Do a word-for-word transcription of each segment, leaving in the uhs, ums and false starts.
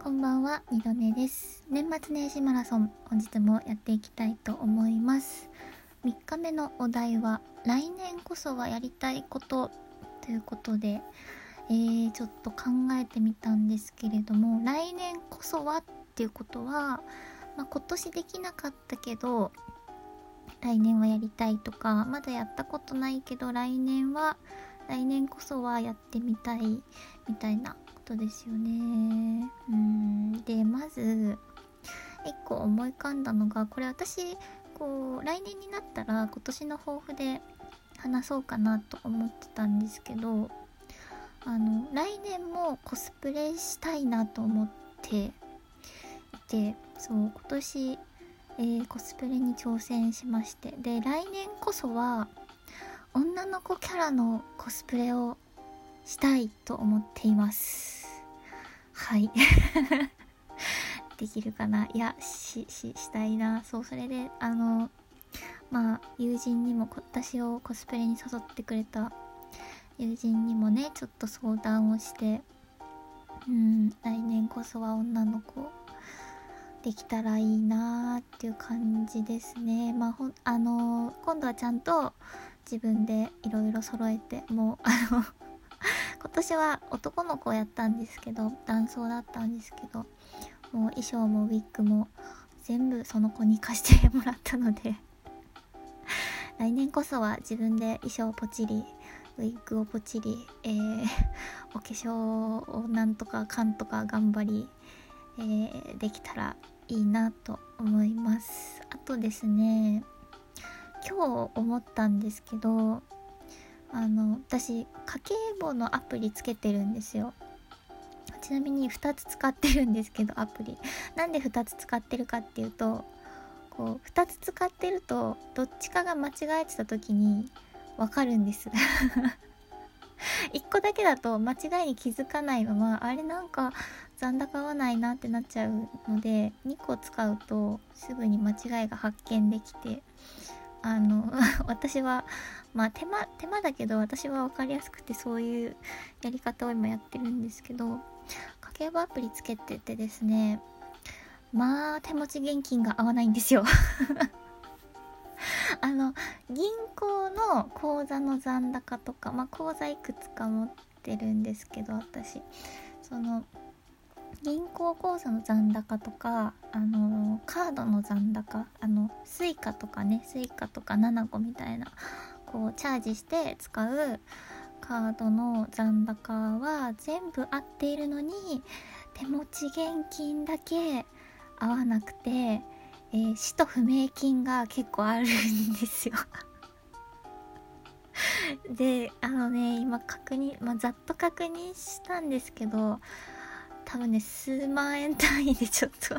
こんばんは、二度寝です。年末年始マラソン、本日もやっていきたいと思います。みっかめのお題は、来年こそはやりたいことということで、えー、ちょっと考えてみたんですけれども、来年こそはっていうことは、まあ、今年できなかったけど、来年はやりたいとか、まだやったことないけど、来年は、来年こそはやってみたいみたいなことですよね。うーんでまず一個思い浮かんだのが、これ私こう来年になったら今年の抱負で話そうかなと思ってたんですけど、あの来年もコスプレしたいなと思っていて、そう今年、えー、コスプレに挑戦しまして、で来年こそは女の子キャラのコスプレをしたいと思っています。はいできるかな。いやしししたいな。そう、それであのまあ友人にも、私をコスプレに誘ってくれた友人にもねちょっと相談をして、うん来年こそは女の子できたらいいなーっていう感じですね。まあほんあのー、今度はちゃんと自分でいろいろ揃えて、もうあの今年は男の子をやったんですけど、男装だったんですけど、もう衣装もウィッグも全部その子に貸してもらったので来年こそは自分で衣装をポチリ、ウィッグをポチリ、えー、お化粧をなんとかかんとか頑張り、えー、できたらいいなと思います。あとですね、今日思ったんですけど、あの私家計簿のアプリつけてるんですよ。ちなみにふたつ使ってるんですけど、アプリなんでふたつ使ってるかっていうと、こうふたつ使ってるとどっちかが間違えてた時にわかるんですいっこだけだと間違いに気づかないまま、あれなんか残高合わないなってなっちゃうので、にこ使うとすぐに間違いが発見できて、あの私はまあ手間手間だけど、私は分かりやすくてそういうやり方を今やってるんですけど、家計簿アプリつけててですね、まあ手持ち現金が合わないんですよあの銀行の口座の残高とか、まあ口座いくつか持ってるんですけど、私その銀行口座の残高とか、あのカードの残高、あのスイカとかね、スイカとかナナコみたいなこうチャージして使うカードの残高は全部合っているのに、手持ち現金だけ合わなくて、えー、使途不明金が結構あるんですよであのね今確認、まあ、ざっと確認したんですけど、多分ね数万円単位でちょっと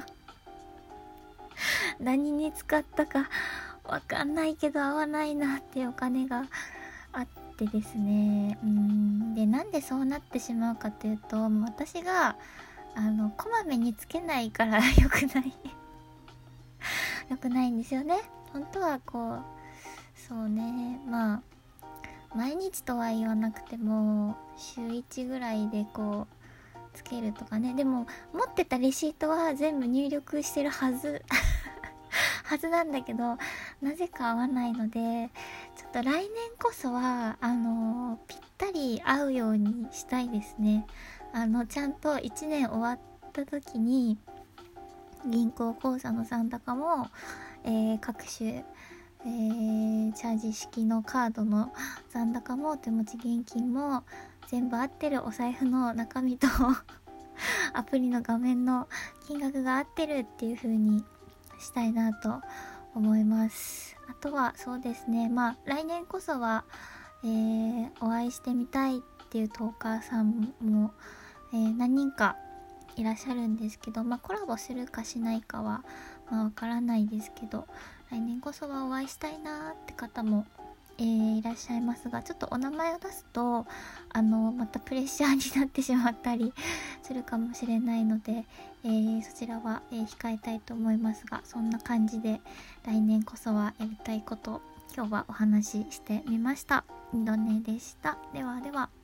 何に使ったかわかんないけど合わないなっていうお金があってですね、うーんでなんでそうなってしまうかというと、もう私があのこまめにつけないから良くない良くないんですよね。本当はこうそうね、まあ毎日とは言わなくても週いちぐらいでこうつけるとかね。でも持ってたレシートは全部入力してるはずはずなんだけど、なぜか合わないので、ちょっと来年こそはあのぴったり合うようにしたいですね。あのちゃんといちねん終わった時に銀行口座の残高も、えー、各種えー、チャージ式のカードの残高も手持ち現金も全部合ってる、お財布の中身とアプリの画面の金額が合ってるっていう風にしたいなと思います。あとはそうですね、まあ来年こそは、えー、お会いしてみたいっていうトーカーさんも、えー、何人かいらっしゃるんですけど、まあコラボするかしないかはまあわからないですけど、来年こそはお会いしたいなーって方も、えー、いらっしゃいますが、ちょっとお名前を出すとあのまたプレッシャーになってしまったりするかもしれないので、えー、そちらは、えー、控えたいと思いますが、そんな感じで来年こそはやりたいこと、今日はお話ししてみました。二度寝でした。ではでは。